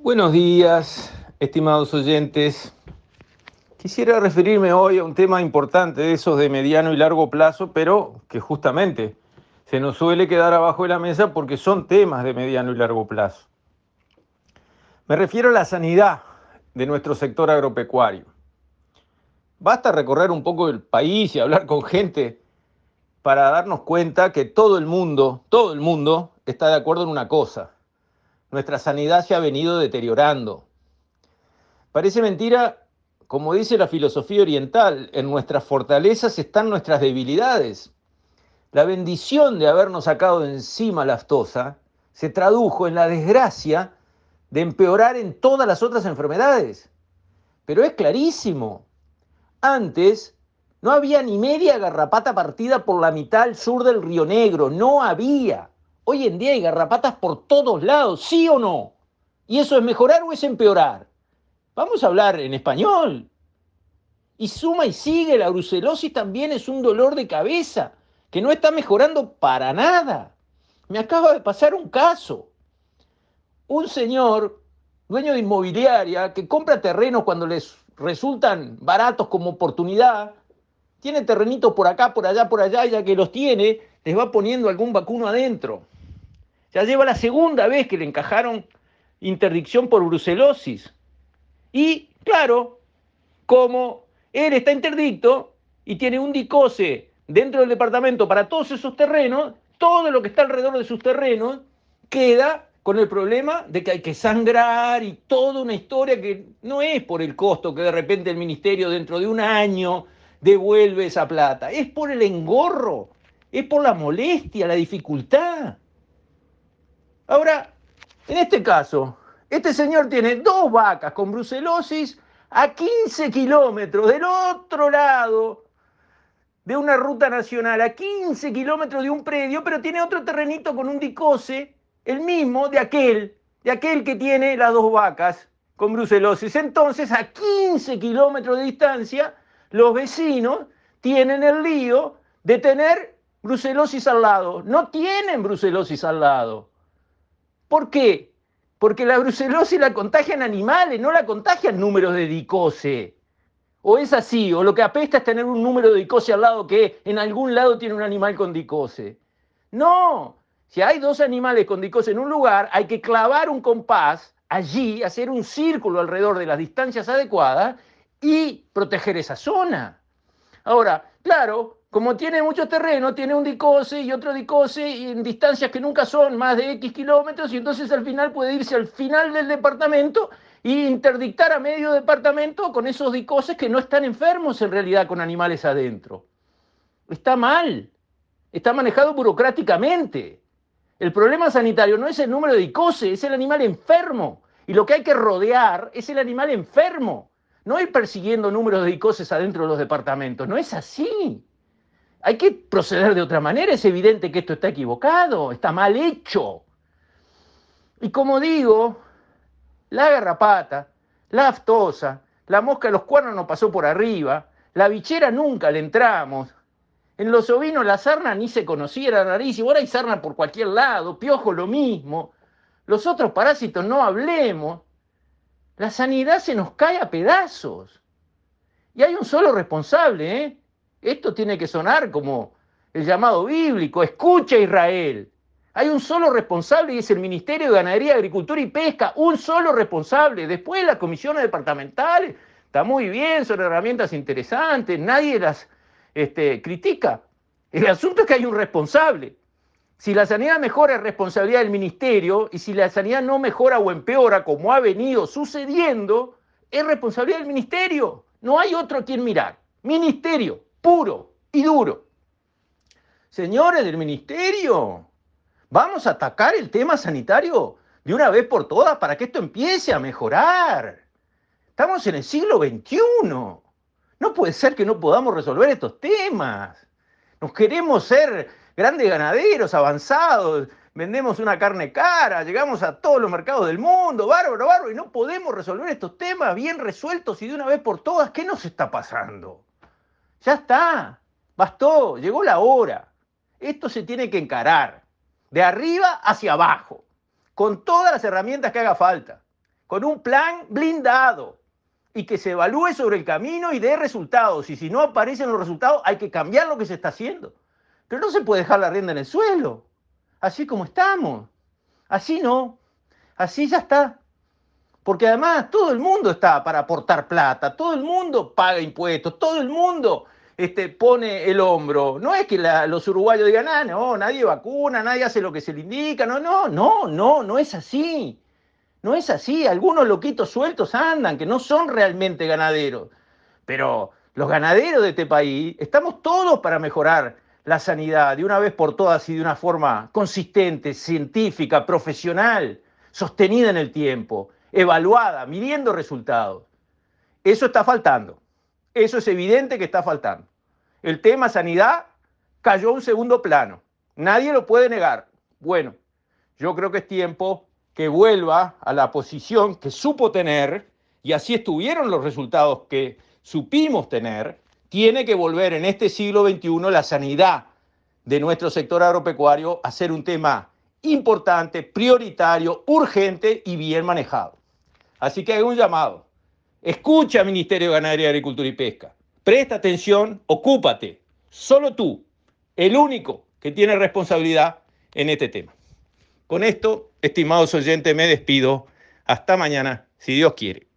Buenos días, estimados oyentes. Quisiera referirme hoy a un tema importante de esos de mediano y largo plazo, pero que justamente se nos suele quedar abajo de la mesa porque son temas de mediano y largo plazo. Me refiero a la sanidad de nuestro sector agropecuario. Basta recorrer un poco el país y hablar con gente para darnos cuenta que todo el mundo está de acuerdo en una cosa: nuestra sanidad se ha venido deteriorando. Parece mentira, como dice la filosofía oriental, en nuestras fortalezas están nuestras debilidades. La bendición de habernos sacado de encima la aftosa se tradujo en la desgracia de empeorar en todas las otras enfermedades. Pero es clarísimo. Antes no había ni media garrapata partida por la mitad al sur del Río Negro. No había. Hoy en día hay garrapatas por todos lados, ¿sí o no? ¿Y eso es mejorar o es empeorar? Vamos a hablar en español. Y suma y sigue, la brucelosis también es un dolor de cabeza que no está mejorando para nada. Me acaba de pasar un caso. Un señor, dueño de inmobiliaria, que compra terrenos cuando les resultan baratos como oportunidad, tiene terrenitos por acá, por allá, y ya que los tiene, les va poniendo algún vacuno adentro. Ya lleva la segunda vez que le encajaron interdicción por brucelosis. Y, claro, como él está interdicto y tiene un dicose dentro del departamento para todos esos terrenos, todo lo que está alrededor de sus terrenos queda con el problema de que hay que sangrar y toda una historia que no es por el costo que de repente el ministerio dentro de un año devuelve esa plata, es por el engorro, es por la molestia, la dificultad. Ahora, en este caso, este señor tiene dos vacas con brucelosis a 15 kilómetros del otro lado de una ruta nacional, a 15 kilómetros de un predio, pero tiene otro terrenito con un dicose, el mismo de aquel que tiene las dos vacas con brucelosis. Entonces, a 15 kilómetros de distancia, los vecinos tienen el lío de tener brucelosis al lado. No tienen brucelosis al lado. ¿Por qué? Porque la brucelosis la contagian animales, no la contagian números de dicose. O es así, o lo que apesta es tener un número de dicose al lado que en algún lado tiene un animal con dicose. No, si hay dos animales con dicose en un lugar, hay que clavar un compás allí, hacer un círculo alrededor de las distancias adecuadas y proteger esa zona. Ahora, claro, como tiene mucho terreno, tiene un dicose y otro dicose y en distancias que nunca son más de X kilómetros, y entonces al final puede irse al final del departamento e interdictar a medio departamento con esos dicoses que no están enfermos en realidad con animales adentro. Está mal, está manejado burocráticamente. El problema sanitario no es el número de dicoses, es el animal enfermo. Y lo que hay que rodear es el animal enfermo. No ir persiguiendo números de dicoses adentro de los departamentos. No es así. Hay que proceder de otra manera. Es evidente que esto está equivocado, está mal hecho. Y como digo, la garrapata, la aftosa, la mosca de los cuernos nos pasó por arriba, la bichera nunca le entramos. En los ovinos la sarna ni se conocía, era rarísimo. Ahora hay sarna por cualquier lado, piojo lo mismo. Los otros parásitos no hablemos. La sanidad se nos cae a pedazos. Y hay un solo responsable, ¿eh? Esto tiene que sonar como el llamado bíblico: escucha Israel. Hay un solo responsable y es el Ministerio de Ganadería, Agricultura y Pesca. Un solo responsable. Después las comisiones departamentales, está muy bien, son herramientas interesantes, nadie las critica. El asunto es que hay un responsable. Si la sanidad mejora es responsabilidad del ministerio, y si la sanidad no mejora o empeora, como ha venido sucediendo, es responsabilidad del ministerio. No hay otro a quien mirar. Ministerio, puro y duro. Señores del ministerio, vamos a atacar el tema sanitario de una vez por todas para que esto empiece a mejorar. Estamos en el siglo XXI. No puede ser que no podamos resolver estos temas. Nos queremos ser grandes ganaderos, avanzados, vendemos una carne cara, llegamos a todos los mercados del mundo, bárbaro, bárbaro, y no podemos resolver estos temas bien resueltos y de una vez por todas. ¿Qué nos está pasando? Ya está, bastó, llegó la hora. Esto se tiene que encarar de arriba hacia abajo, con todas las herramientas que haga falta. con un plan blindado y que se evalúe sobre el camino y dé resultados. Y si no aparecen los resultados, hay que cambiar lo que se está haciendo. Pero no se puede dejar la rienda en el suelo, así como estamos. Así no, así ya está. Porque además todo el mundo está para aportar plata, todo el mundo paga impuestos, todo el mundo pone el hombro. No es que los uruguayos digan, ah, no, nadie vacuna, nadie hace lo que se le indica. No, no, no, no, no es así. No es así. Algunos loquitos sueltos andan, que no son realmente ganaderos. Pero los ganaderos de este país estamos todos para mejorar la sanidad de una vez por todas y de una forma consistente, científica, profesional, sostenida en el tiempo, evaluada, midiendo resultados. Eso está faltando. Eso es evidente que está faltando. El tema sanidad cayó a un segundo plano. Nadie lo puede negar. Bueno, yo creo que es tiempo que vuelva a la posición que supo tener, y así estuvieron los resultados que supimos tener. Tiene que volver en este siglo XXI la sanidad de nuestro sector agropecuario a ser un tema importante, prioritario, urgente y bien manejado. Así que hago un llamado. Escucha, Ministerio de Ganadería, Agricultura y Pesca. Presta atención, ocúpate. Solo tú, el único que tiene responsabilidad en este tema. Con esto, estimados oyentes, me despido. Hasta mañana, si Dios quiere.